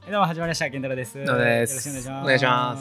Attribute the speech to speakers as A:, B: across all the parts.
A: どうも始まりました。健太郎です。
B: どうもです。
A: よろしくお願いします。
B: お願いします。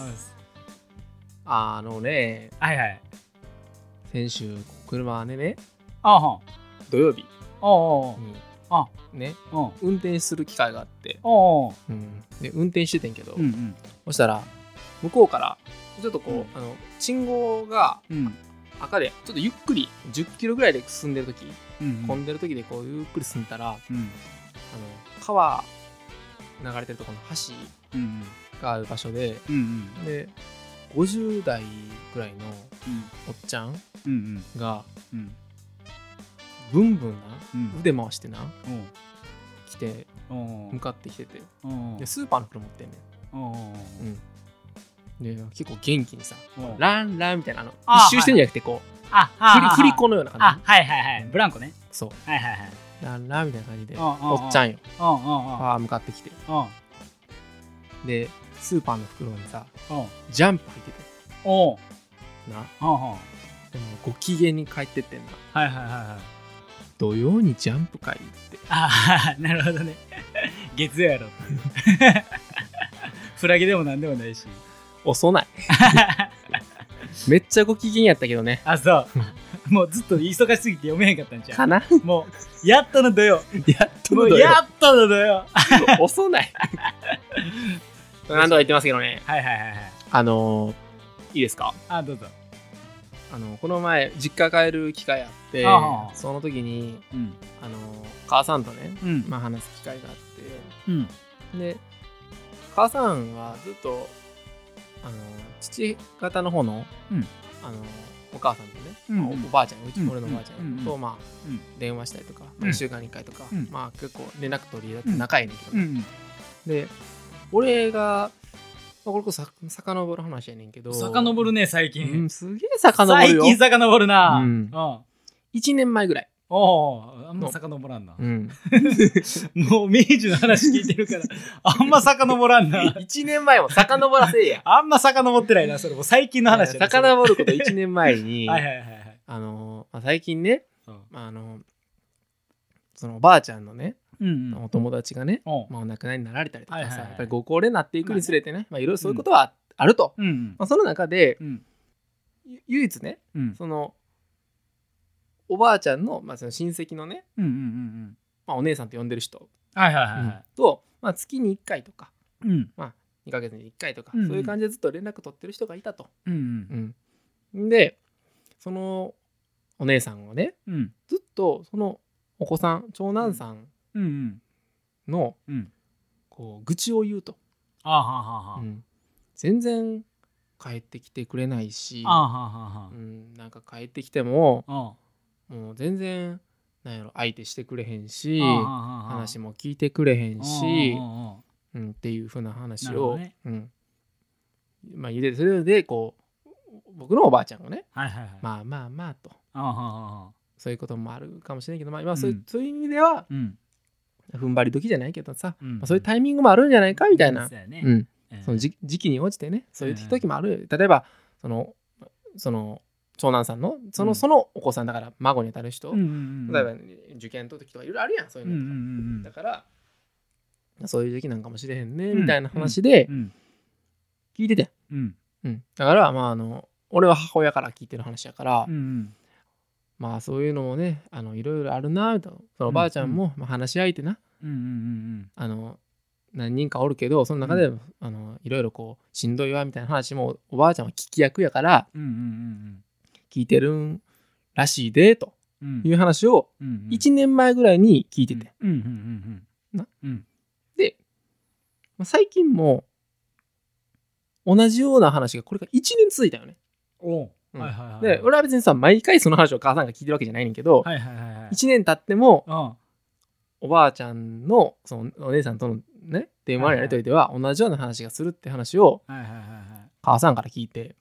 A: はいはい。
B: 先週車でね、
A: あはん。
B: 土曜日
A: おう
B: に
A: あ
B: ね、
A: おう
B: 運転する機会があって、
A: おう
B: で運転しててんけど、
A: うん
B: そしたら向こうからちょっとこう、
A: うん
B: 信号が
A: うん
B: 赤でちょっとゆっくり10キロぐらいで進んでる時、
A: うん
B: 混んでる時でこうゆっくり進んだら、
A: うん
B: 川流れてるところの橋
A: うん
B: がある場所で、
A: うん
B: で50代ぐらいのおっちゃん
A: うん
B: が
A: うん
B: ブンブンな
A: うん
B: 腕回してな
A: おう
B: 来て
A: おう
B: 向かってきてて、
A: おう
B: でスーパーの袋持ってんね
A: おう
B: ん、で結構元気にさ
A: おう
B: ランランみたいな
A: あ
B: 一周してんじゃなくてこう
A: あ
B: 振り子のような感じ、
A: はいはいはい。ブランコね。
B: そう
A: はいはいはい。
B: ランランみたいな感じで
A: おうおうおう
B: おっちゃんよ
A: おう
B: 向かってきて、
A: おう
B: でスーパーの袋にさ
A: おう
B: ジャンプ入って
A: おう
B: てな、
A: おうおう
B: でもご機嫌に帰ってってんな。
A: はいはいはいはい。
B: 土曜にジャンプ会って
A: ああ、なるほどね。月曜やろっていう。フラゲでもなんでもないし。
B: 遅ないめっちゃご機嫌やったけどね。
A: あ、そう。もうずっと忙しすぎて読めへんかったんじゃん。
B: かな
A: もう、やっとの土曜。
B: やっと
A: もう
B: の土曜
A: やっとの土曜。
B: 遅ない何度か言ってますけどね、
A: はいはいはいはい。
B: いいですか。
A: あ、どうぞ。
B: この前実家帰る機会あって
A: ああ
B: その時に
A: うん。
B: 母さんとね、
A: うん。
B: 話す機会があっ
A: うん。
B: て、で母さんはずっと父方の方の、
A: うん
B: お母さんとね、
A: うん
B: おばあちゃん
A: うん
B: 俺のおばあちゃんと、
A: うんうん
B: 電話したりとか、
A: うん
B: 1週間に1回とか、
A: うん
B: 結構連絡取り合って仲いいねんけど、
A: うん。
B: で俺がこれこそ遡る話やねんけど、
A: 遡るね、最近。
B: すげえ遡るよ。
A: 最近遡るな。
B: うん1年前ぐらい、
A: おお、あんま遡らんな。
B: うん、
A: もう明治の話聞いてるから、あんま遡らんな。
B: 1年前も遡らせえや
A: あんま遡ってないな、それもう最近の話やな。それ
B: 遡ること1年前に
A: はいはいはいはい。
B: 最近ね、
A: うん
B: そのおばあちゃんのね、
A: うんうん。
B: お友達がね、
A: おう
B: お亡くなりになられたりとかさ、
A: はいはいはい
B: やっぱりご高齢になっていくにつれてね、いろいろそういうことはあると、
A: うん
B: その中で
A: うん
B: 唯一ね、
A: うん
B: そのおばあちゃんの、その親戚のね、
A: うんうんうん。
B: お姉さんと呼んでる人、
A: はいはいはいはい。
B: と、月に1回とか、
A: うん
B: 2ヶ月に1回とか、
A: うんうん
B: そういう感じでずっと連絡取ってる人がいたと。
A: うん
B: でそのお姉さんはね、
A: うん
B: ずっとそのお子さん長男さん
A: うん
B: の
A: うん。
B: こう愚痴を言うと、
A: あははは。
B: 全然帰ってきてくれないし、
A: あははは。
B: なんか帰ってきても
A: あ
B: もう全然なんやろ相手してくれへんし、
A: ははは。
B: 話も聞いてくれへんし、
A: あ
B: っていう風な話を、
A: なるほどね
B: 言うてそれでこう僕のおばあちゃんがね、
A: はいはいはい。
B: まあと
A: あははは。
B: そういうこともあるかもしれないけど、
A: うん
B: そういう意味では
A: うん
B: 踏ん張り時じゃないけどさ、
A: うん
B: そういうタイミングもあるんじゃないかみたいな、
A: そうやね。
B: その時期に応じてね、そういう時もある。例えばその長男さんのそのお子さんだから孫に当たる人、例えば受験の時とかいろいろあるやん、そういうのとか、だからそういう時期なんかもしれへんねみたいな話で聞いてて、だから俺は母親から聞いてる話やから、そういうのもねいろいろあるなと。そのおばあちゃんも話し相手な何人かおるけど、その中でいろいろこうしんどいわみたいな話もおばあちゃんは聞き役やから聞いてるんらしいでという話を1年前ぐらいに聞いてて、で最近も同じような話がこれが1年続いたよね。で俺は別にさ毎回その話を母さんが聞いてるわけじゃないねんけど、1年経ってもおばあちゃんのそのお姉さんとのね電話のやり取りでは同じような話がするって話を母さんから聞いて、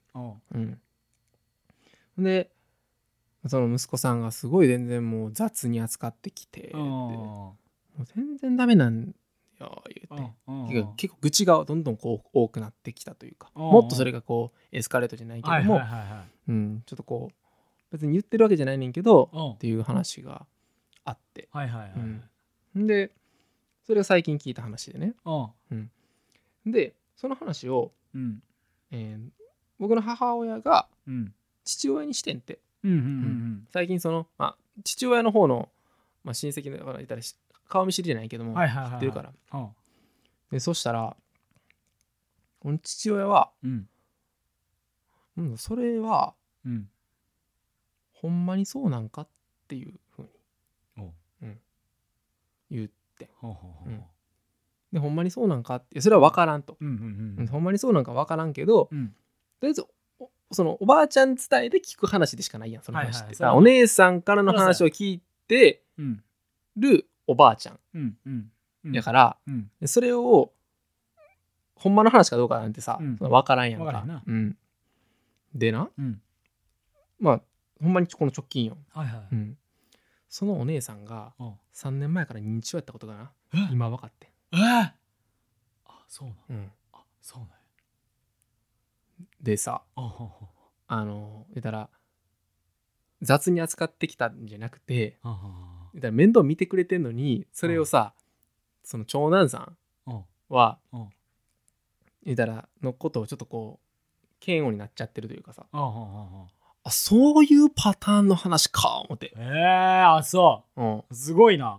B: でその息子さんがすごい全然もう雑に扱ってきて、もう全然ダメなんよ言うて、結構愚痴がどんどんこう多くなってきたというか、もっとそれがこうエスカレートじゃないけども、ちょっとこう別に言ってるわけじゃないねんけどっていう話があって、でそれが最近聞いた話でね、 でその話を、
A: うん
B: 僕の母親が
A: うん
B: 父親にしてんて、
A: うんうん
B: 最近その、父親の方の、親戚の方いたら顔見知りじゃないけども、
A: はいはいはいはい
B: 知ってるから。
A: は
B: でそしたらこの父親は、
A: うん
B: それは
A: うん
B: ほんまにそうなんかっていうふうに
A: お
B: 言って
A: ほうほうほう
B: うんでほんまにそうなんかってそれは分からんと、
A: うんうん
B: ほんまにそうなんか分からんけど、
A: うん
B: とりあえずそのおばあちゃん伝えで聞く話でしかないやんその話って、
A: はいはい
B: だからお姉さんからの話を聞いて
A: うん
B: るおばあちゃん
A: うんうん
B: だから、
A: うん
B: それをほんまの話かどうかなんてさ、
A: うん
B: その分からんやんか。
A: 分からんな
B: でな、
A: うん
B: ほんまにこの直近よ、
A: はいはい
B: そのお姉さんが
A: お
B: 3年前から認知症やったことがな
A: え
B: 今分かって
A: あそうなん
B: ん、
A: あそうなんや
B: でさ
A: ほうほうほう
B: 言ったら雑に扱ってきたんじゃなくて
A: ははは
B: 言ったら面倒見てくれてんのにそれをさ、その長男さん
A: は
B: は
A: うん
B: 言ったらのことをちょっとこう嫌悪になっちゃってるというかさ、
A: は
B: そういうパターンの話か思って、
A: あそ
B: うん、
A: うすごいな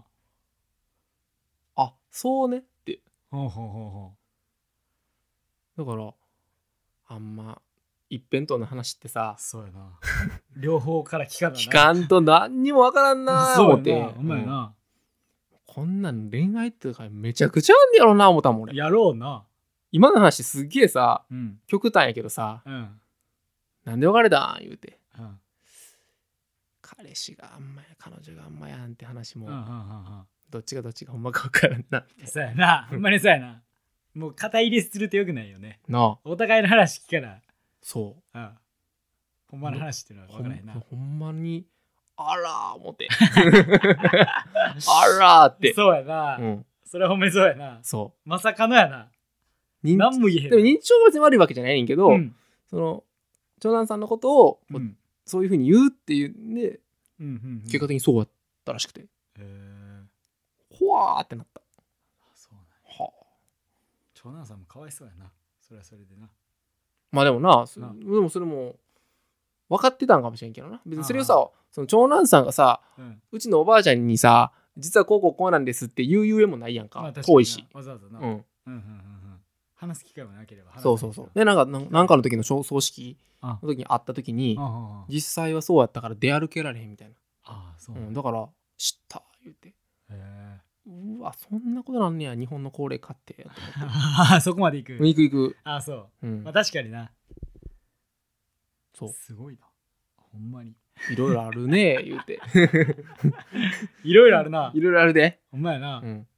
B: そうねって
A: ほうほうほう
B: だからあんま一辺倒の話ってさ
A: そうやな両方から聞かな
B: 聞かんと何にもわからんな
A: そう
B: 思って
A: やなほんまやな
B: こんなん恋愛ってかめちゃくちゃあんねやろな思ったもん俺
A: やろうな
B: 今の話すっげえさ
A: うん
B: 極端やけどさ
A: うん
B: なんで別れたん言うて
A: うん
B: 彼氏があんまや彼女があんまやんって話も
A: うん
B: どっちがどっちがほんまか分からんな
A: そうやなほんまにそうやなもう肩入れするとよくないよね
B: なあ
A: お互いの話聞かな
B: そう
A: ほんまの話っていうのは分からへんな
B: ほんまにあらー思ってあらーって
A: そうやなそれはほんまにそうやな
B: そ
A: まさかのやな
B: う認
A: 何も言えへん
B: でも認知症は別に悪いわけじゃないねんけど、
A: うん
B: その長男さんのことをこう
A: うん
B: そういうふうに言うっていうんで、
A: うん
B: 結果的にそうやったらしくて、
A: へえ
B: ほわーってなった。
A: そうなんや
B: はあ、
A: 長男さんもかわいそうやなそれはそれでな
B: まあでもな、
A: な
B: でもそれも分かってたんかもしれんけどな。別にそれを
A: あ
B: さ、その長男さんがさ、
A: うん
B: うちのおばあちゃんにさ、実はこうこうなんですって言うゆえもないやんか。
A: まあ確かにな
B: 遠いし。
A: わざわざな
B: うん。
A: 話す機会もなければ話さ
B: そうそうそう。で、なんかの時の葬式
A: あ
B: の時に会った時に、
A: あ
B: 実際はそうやったから出歩けられへんみたい
A: あそう
B: な。
A: なん
B: だから、知った言うて。
A: へえ
B: うわ、そんなことなんねや、日本の高齢化って。と思って
A: あそこまで行く
B: 行く行く。
A: あそう
B: うん
A: まあ。確かにな
B: そう。
A: すごいなほんまに
B: いろいろあるね、言うて。
A: いろいろあるない
B: ろいろあるで。
A: ほんまやな
B: うん。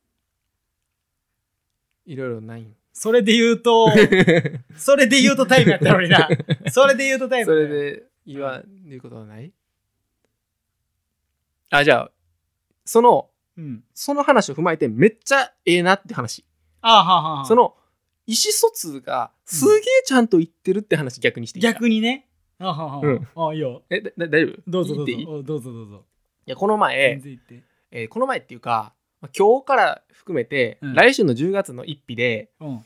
B: いろいろないん。
A: それで言うとそれで言うとタイムやったのになそれで言うとタイム
B: それで言うことはないあ、じゃあ、その話を踏まえてめっちゃええなって話。
A: は
B: その意思疎通がすげえちゃんと言ってるって話逆にしていいか
A: 逆にねいいよ
B: 大丈夫
A: どうぞどう
B: 言っていい
A: ぞどうぞどうぞ
B: いやこの前
A: 全然言って
B: この前っていうか今日から含めて、来週の10月の1日で友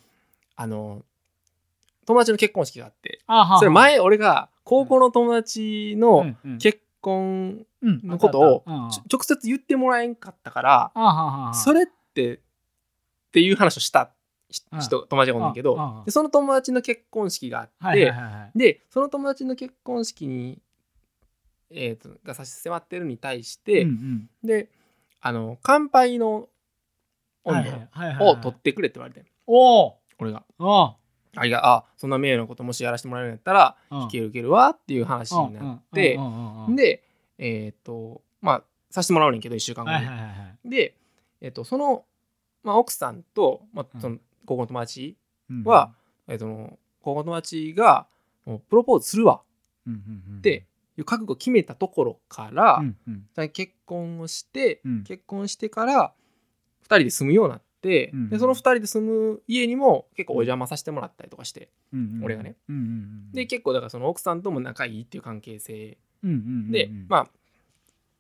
B: 達の結婚式があってそれ前俺が高校の友達の結婚のことを直接言ってもらえんかったからそれっていう話をした友達がおんねんけどでその友達の結婚式があってでその友達の結婚式にが差し迫ってるに対してで乾杯の温度を取ってくれって言われて俺がそんな名誉なこともしやらせてもらえるんやったらいけるわっていう話になってでまあさせてもらうねんけど1週間後にでその奥さんとその高校の友達は高校の友達がプロポーズするわっていう覚悟を決めたところから結婚をして結婚してから2人で住むようになってでその2人で住む家にも結構お邪魔させてもらったりとかして俺がねで結構だからその奥さんとも仲いいっていう関係性でまあ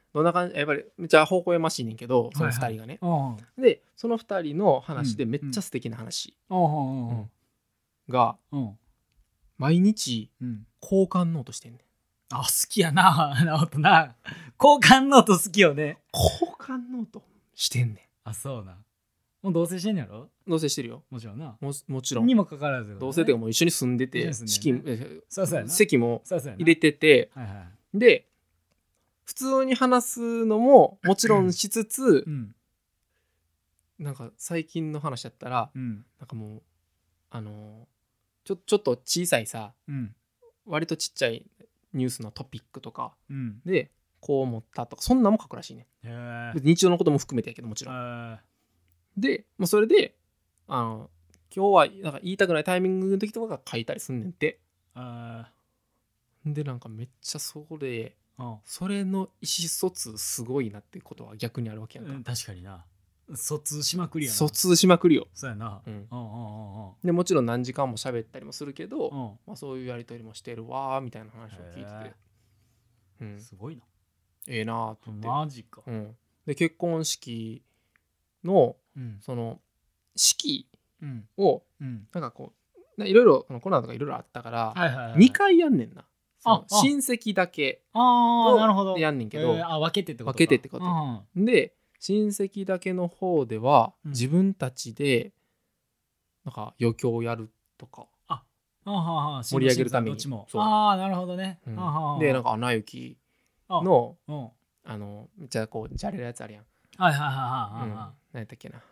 B: どんな感じやっぱりめっちゃ微笑ましいねんけどその2人がね、
A: はいはい、
B: でその2人の話でめっちゃ素敵な話が、毎日交換ノートしてんねん。
A: あ、好きやな直人な。交換ノート好きよね。
B: 交換ノートしてんねん。
A: あ、そうな。もう同棲してんやろ。
B: 同棲してるよ。
A: もちろんな。
B: もちろん
A: にもかかわらず、ね、
B: 同棲っていうかもう一緒に住んでて、席も入れてて、
A: はいはい、
B: で普通に話すのももちろんしつつ、なんか最近の話だったら、なんかもうちょっと小さいさ、割とちっちゃいニュースのトピックとかでこう思ったとかそんなんも書くらしいね。日常のことも含めてやけどもちろん。で、それで今日はなんか言いたくないタイミングの時とかが書いたりすんねんて。でなんかめっちゃそれの意思疎通すごいなってことは逆にあるわけやんか。
A: 確かにな。疎通しまくりやな。
B: 疎通しまくりよ。
A: そうやな。
B: でもちろん何時間も喋ったりもするけど、そういうやり取りもしてるわーみたいな話を聞いてて、
A: すごいな。
B: ええなーって言って。
A: マジか。
B: で結婚式の、その式を、なんかこういろいろコロナとかいろいろあったから、2回やんねんな。親戚だけとやんねんけど、
A: 分けてってことか。
B: 分けてってこと。で親戚だけの方では、自分たちでなんか余興をやるとか、盛り上げるために。
A: なるほどね。
B: でなんかアナ雪のじゃあこうじゃれるやつあるやん。何やったっけな。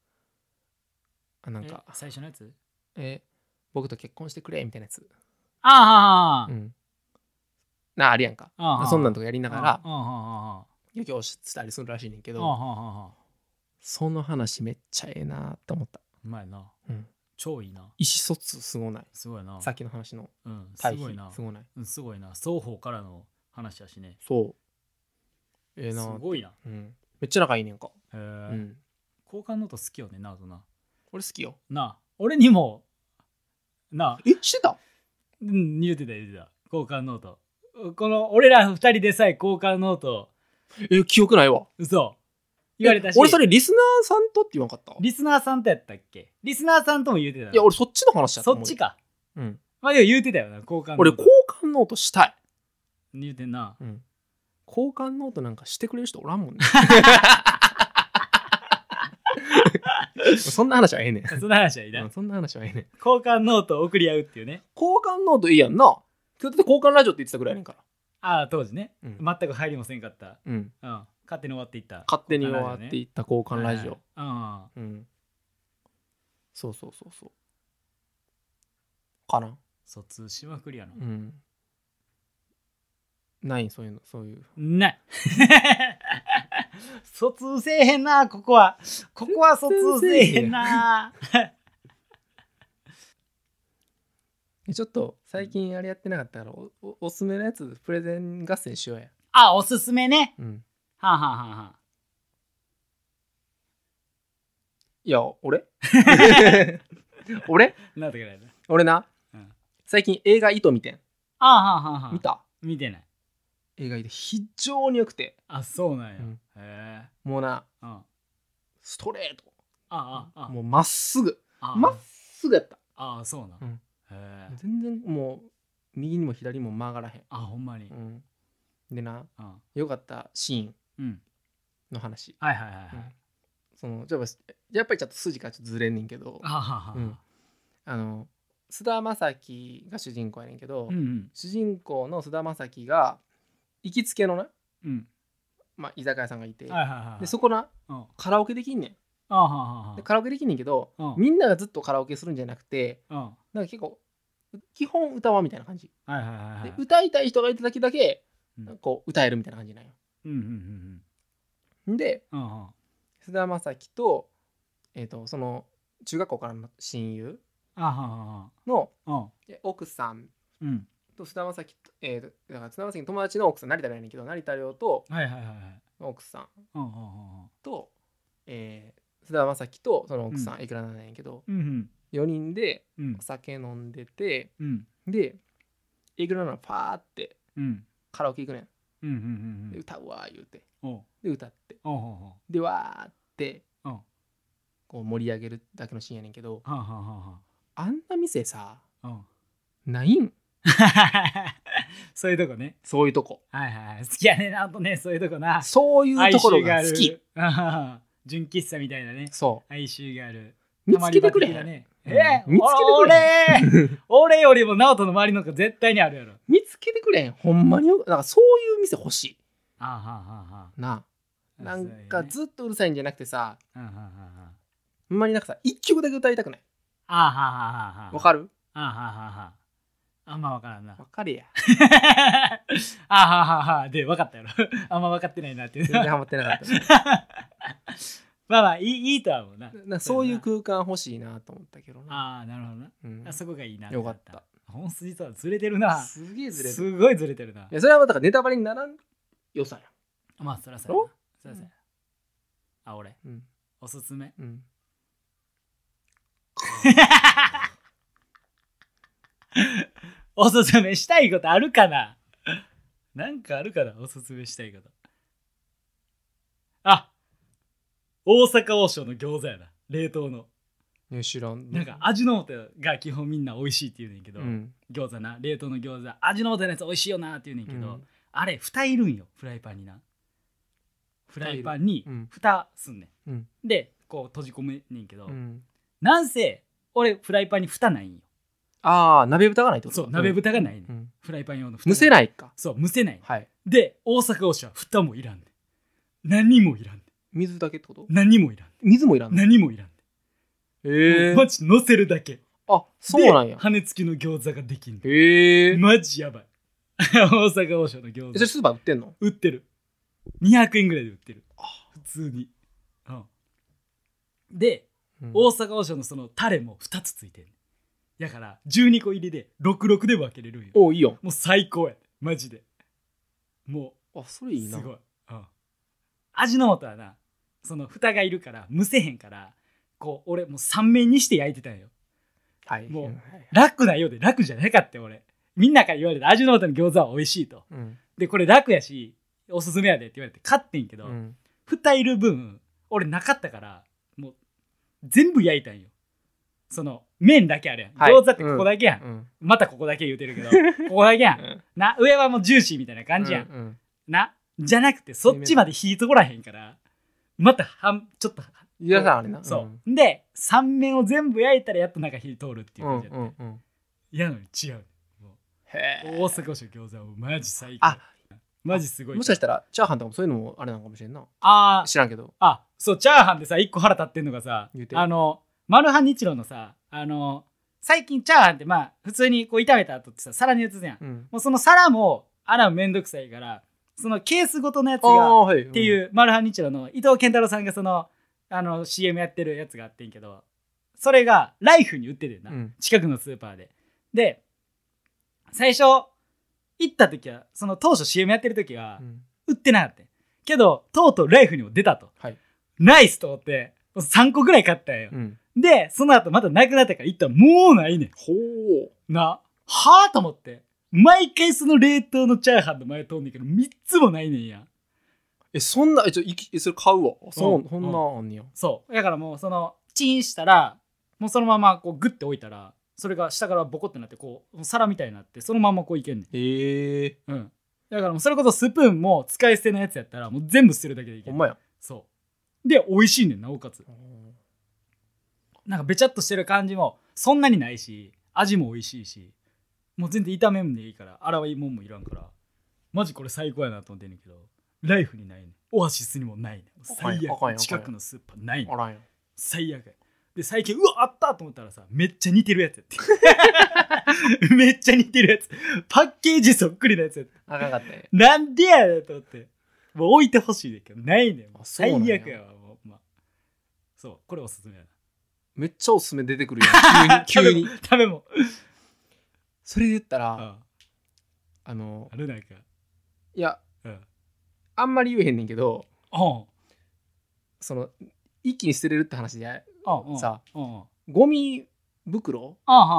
B: なんか
A: 最初のやつ。
B: 僕と結婚してくれみたいなやつ。
A: あ
B: るやんか。そんなんとかやりながら余興したりするらしいねんけど、その話めっちゃええなって思った。
A: うまいな。超いいな。
B: 意思疎通すごない。
A: すごいな。
B: さっきの話の
A: 対比
B: すごない。
A: すごいな。双方からの話やしね。
B: そう。ええな。
A: すごいな。
B: めっちゃ仲いいねんか。
A: 交換ノート好きよね、などな。
B: 俺好きよ。
A: な、俺にも
B: してた？
A: 言うてた。交換ノート。この俺ら2人でさえ交換ノート。
B: 記憶ないわ。
A: 嘘。言われたし。
B: 俺それリスナーさんとって言わんかった？
A: リスナーさんとやったっけ？リスナーさんとも言うてた。
B: いや俺そっちの話だった。
A: そっちか。まあでも言うてたよな、交換ノート。
B: 俺交換ノートしたい。
A: 言うてんな。
B: 交換ノートなんかしてくれる人おらんもんね。そんな話はええねん。
A: そんな話はいいな。
B: そんな話はええねん。
A: 交換ノートを送り合うっていうね。
B: 交換ノートいいやんな。だって交換ラジオって言ってたぐらいやねんから。
A: 当時ね。全く入りもせんかった。勝手に終わっていった。
B: 勝手に終わっていった交換ラジオ。そう。かな。
A: 疎通しまくりやな。
B: ないそういう。
A: ない。疎通せえへんな、ここは疎通せえへんな。
B: ちょっと最近あれやってなかったから おすすめのやつプレゼン合戦しようや。
A: おすすめね。
B: いや俺俺な、最近映画糸見てん。見た？
A: 見てない。
B: 映画で非常に良くて。
A: そうなんや。へえ。
B: もうな、ストレート。もうまっすぐやった。
A: そうなん。へえ。
B: 全然もう右にも左にも曲がらへん。
A: ほんまに。
B: でな、良かったシーンの話。そのやっぱりちょっと筋からちょっとずれんねんけど、菅田将暉が主人公やねんけど、主人公の菅田将暉が行きつけのな、居酒屋さんがいて、でそこな、カラオケできんねん。でカラオケできんねんけど、みんながずっとカラオケするんじゃなくて、なんか結構基本歌わみたいな感じ、で歌いたい人がいた時だけこう歌えるみたいな感じなんよ。で菅田将暉と、その中学校からの親友の奥さんと菅田将暉、だから菅田将暉の友達の奥さん成田亮やねんけど、成田亮と奥さんと菅田将暉とその奥さんいくらなんやねんけど、4人でお酒飲んでて、でいくらなのパーってカラオケ行くねん。
A: うんうんうんうん。
B: で歌うわー言うて、
A: おう
B: で歌って、
A: おうおう
B: でわーって
A: おう。
B: こう盛り上げるだけのシーンやねんけど、
A: はあはあは
B: あんな店さ
A: あはあ。
B: ないん。
A: そういうとこね。
B: そういうとこ、
A: はいはい。好きやねんな、あとね、そういうとこな。
B: そういうところが好き。
A: 純喫茶みたいなね。
B: そ
A: 哀愁がある。
B: う、見つけてくれへん、
A: ね。
B: 見つけてくれへ
A: 俺よりも直人の周りの子絶対にあるやろ。
B: 見つけてくれへん、ほんまに。なんかそういう店欲しい
A: あはあはあはあ。
B: な。なんかずっとうるさいんじゃなくてさ、
A: あはあはあはあ。
B: ほんまになんかさ、一曲だけ歌いたくない。
A: あはあはあはあ。
B: わかる？
A: あはあはあはあ。あんま分からんな。
B: わかれや。
A: あはははで分かったやろ。あんま分かってないなっていう。
B: 全然ハマってなかった
A: まあまあいいとは思うな。
B: そういう空間欲しいなと思ったけどな。
A: ああなるほどな、
B: うん、
A: あそこがいいな。
B: よかった。
A: 本筋とはずれてるな。
B: すげえずれてる。
A: すごいずれてるな。
B: いやそれはだからネタバレにならん良さや。
A: まあそらそうやな。そらそうや。あ俺、
B: うん、
A: おすすめ。
B: うん
A: おすすめしたいことあるかな。なんかあるかな、おすすめしたいこと。あ、大阪王将の餃子やな、冷凍の。
B: 知らん。
A: なんか味の素が基本みんな美味しいって言うねんけど、
B: うん、
A: 餃子な、冷凍の餃子味の素のやつ美味しいよなって言うねんけど、
B: うん、
A: あれ蓋いるんよ、フライパンにな。フライパンに蓋すんねん、
B: うん、
A: でこう閉じ込めねんけど、
B: うん、
A: なんせ俺フライパンに蓋ないんよ。
B: ああ、鍋蓋がないってことか。
A: そう、鍋蓋がないね、
B: うん、
A: フライパン用の蓋。
B: 蒸せないか。
A: そう、蒸せない、
B: はい。
A: で大阪王将は蓋もいらんねん。何もいらんねん。
B: 水だけってこと？
A: 何もいらんね
B: 水もいらん
A: ん。何もいらんねん。マジ乗せるだけ。
B: あ、そうなんや。
A: 羽根付きの餃子ができん
B: へえ。
A: マジやばい。大阪王将の餃子。
B: それスーパー売ってんの？
A: 売ってる。200円ぐらいで売ってる。普通に。うん、で、大阪王将のそのタレも2つついてんねん。だから12個入りで66で分けれるんよ。
B: おいいよ。
A: もう最高や。マジで。もう。
B: あ、それいいな。
A: すごい。うん、味の素はな、その蓋がいるから蒸せへんから、こう俺もう3面にして焼いてたんよ。
B: はい。
A: もう楽なようで楽じゃなかったよ俺。みんなから言われて味の素の餃子は美味しいと、でこれ楽やしおすすめやでって言われて買ってんけど、蓋いる分俺なかったからもう全部焼いたんよ。その麺だけあるやん、餃子ってここだけやん、またここだけ言うてるけどここだけやん、な、上はもうジューシーみたいな感じやん、な、じゃなくてそっちまで火通らへんからまたちょっと
B: いやさあれな。
A: そう、で3面を全部焼いたらやっと中火通るっていう感じやって、いやのに違う。大阪王将餃子はマジ最高。あ、マジすごい。
B: もしかしたらチャーハンとかもそういうのもあれなのかもしれんな。
A: あ、
B: 知らんけど。
A: あ、そう、チャーハンでさ1個腹立ってんのがさ、マルハニチロのさ、最近チャーハンってまあ普通にこう炒めた後ってさ皿に移すやん、もうその皿も洗うめんどくさいから、そのケースごとのやつがっていうマルハニチロの伊藤健太郎さんがそのCM やってるやつがあってんけど、それがライフに売っててんな、近くのスーパーで。で最初行った時はその当初 CM やってる時は売ってなかったけど、とうとうライフにも出たと、ナイスと思って3個ぐらい買ったんよ、でその後またなくなったから行ったらもうないねん。ほうな、はあと思って毎回その冷凍のチャーハンの前通んねんけど3つもないねんや。
B: そんなそれ買うわ。そんなあんねや。
A: そうだからもうそのチンしたらもうそのままこうグッて置いたらそれが下からボコってなってこう皿みたいになってそのままこういけんねん。うん。だからもうそれこそスプーンも使い捨てのやつやったらもう全部捨てるだけでいける。ほんまや。そうで美味しいねんなおかつ。なんかべちゃっとしてる感じもそんなにないし味も美味しいし、もう全然炒めんでいいから洗い物もいらんからマジこれ最高やなと思ってんねんけど、ライフにないねん、オアシスにもないねん、最悪。近くのスーパーないねん、最悪。で最近うわあったと思ったらさ、めっちゃ似てるやつやってめっちゃ似てるやつ、パッケージそっくりなやつやって、あかんかったね。なんでやねんと思って、もう置いてほしいねんけどないねん、もう最悪やわ。もう、まあ、そうこれおすすめやな。
B: めっちゃおすすめ出てくるやん急に
A: 食べも
B: それで言ったら、
A: あるなんか
B: いや、あんまり言えへんねんけど、その一気に捨てれるって話でさ、ゴミ袋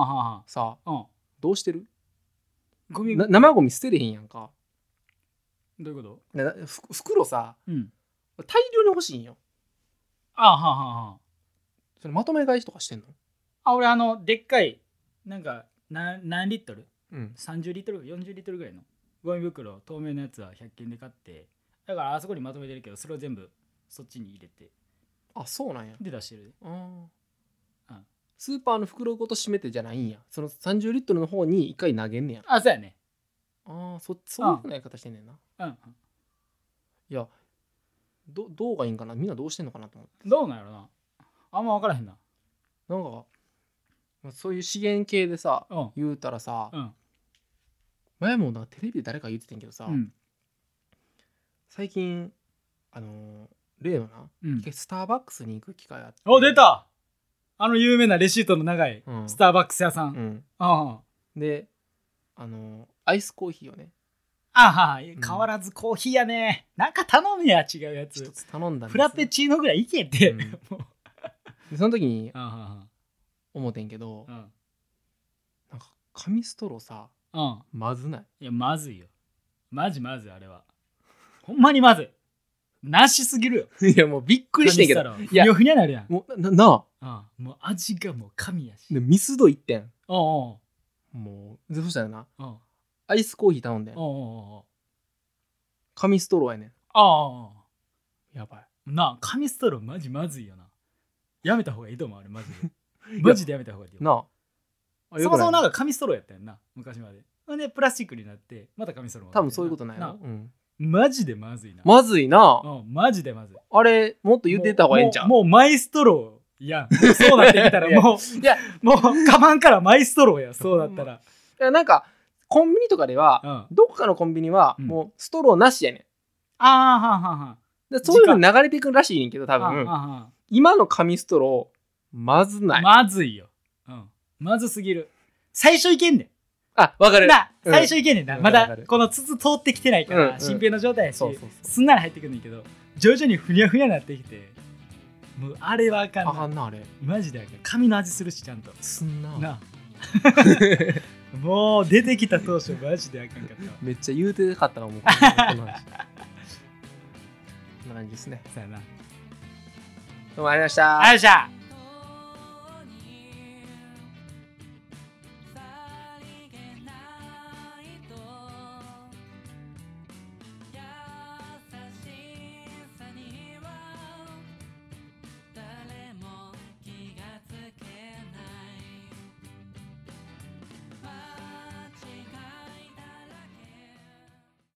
B: さ、どうしてる？生ゴミ捨てれへんやんか。
A: どういうこ
B: 袋さ、
A: と？うん。
B: 大量に欲しいんよ。
A: あははは。
B: それまとめ買いとかしてんの？
A: 俺でっかいなんか何リットル、
B: うん、
A: 30リットル40リットルぐらいのゴミ袋透明のやつは100均で買って、だからあそこにまとめてるけど、それを全部そっちに入れて、
B: あ、そうなんや。
A: で出してる。
B: スーパーの袋ごと閉めてじゃないんや。その30リットルの方に一回投げんねや。
A: あ、そうやね。
B: そういうふうなやり方してんねんな。いや、どうがいいんかな、みんなどうしてんのかなと思って。
A: どうなんやろな、あんま分からへんな。
B: なんかそういう資源系でさ、言うたらさ、前もなんかテレビで誰か言ってたんけどさ、最近例のな、スターバックスに行く機会あって。
A: 出た、有名なレシートの長いスターバックス屋さん。
B: でアイスコーヒーをね、
A: 変わらずコーヒーやね。なんか頼むや、違うやつ
B: 一つ頼んだんです。
A: フラペチーノぐらいいけって、
B: でその時に思ってんけど、なんか紙ストローさ、まずない？
A: いや、まずいよ。まずあれはほんまにまずい。なしすぎるよ。
B: いや、もうびっくりしてんけど、
A: ふにゃふにゃなるやん。
B: もうな
A: あ、もう味がもう神やし。
B: でミスド行ってん。
A: も
B: うそしたらな、アイスコーヒー頼んでん。紙ストローやねん。やばい
A: な。紙ストローマジまずいよな。やめた方がいいと思う、あれマジで。マジでやめた方がいいよな。そもそもなんか紙ストローやったよな、昔まで。でプラスチックになってまた紙ストロー。
B: 多分そういうことないな。
A: マジでまずいな。
B: まずいな。
A: マジでまずい。
B: あれもっと言ってた方がいいんちゃう？
A: もうマイストローやん。そうなってきたらもういや、もうカバンからマイストローや。そうだったら。
B: いや、なんかコンビニとかでは、どっかのコンビニはもうストローなしやねん。そういう風に流れていくらしいねんけど、多分今の紙ストローまずない。
A: まずいよ。まずすぎる。最初いけんねん。
B: わかるな。
A: 最初いけんねんな。まだこの筒通ってきてないから新品の状態やし、すんなら入ってくるんだけど、徐々にふにゃふにゃなってきて、もうあれはあかんな。
B: あかんな、あれマ
A: ジであかん。紙の味するし、ちゃんと
B: すんな。
A: もう出てきた当初マジであかんかった。
B: めっちゃ言うてかったかも。この話こんな感じですね。
A: そうやな。
B: どうもありがとうございました。
A: ありがとうございました。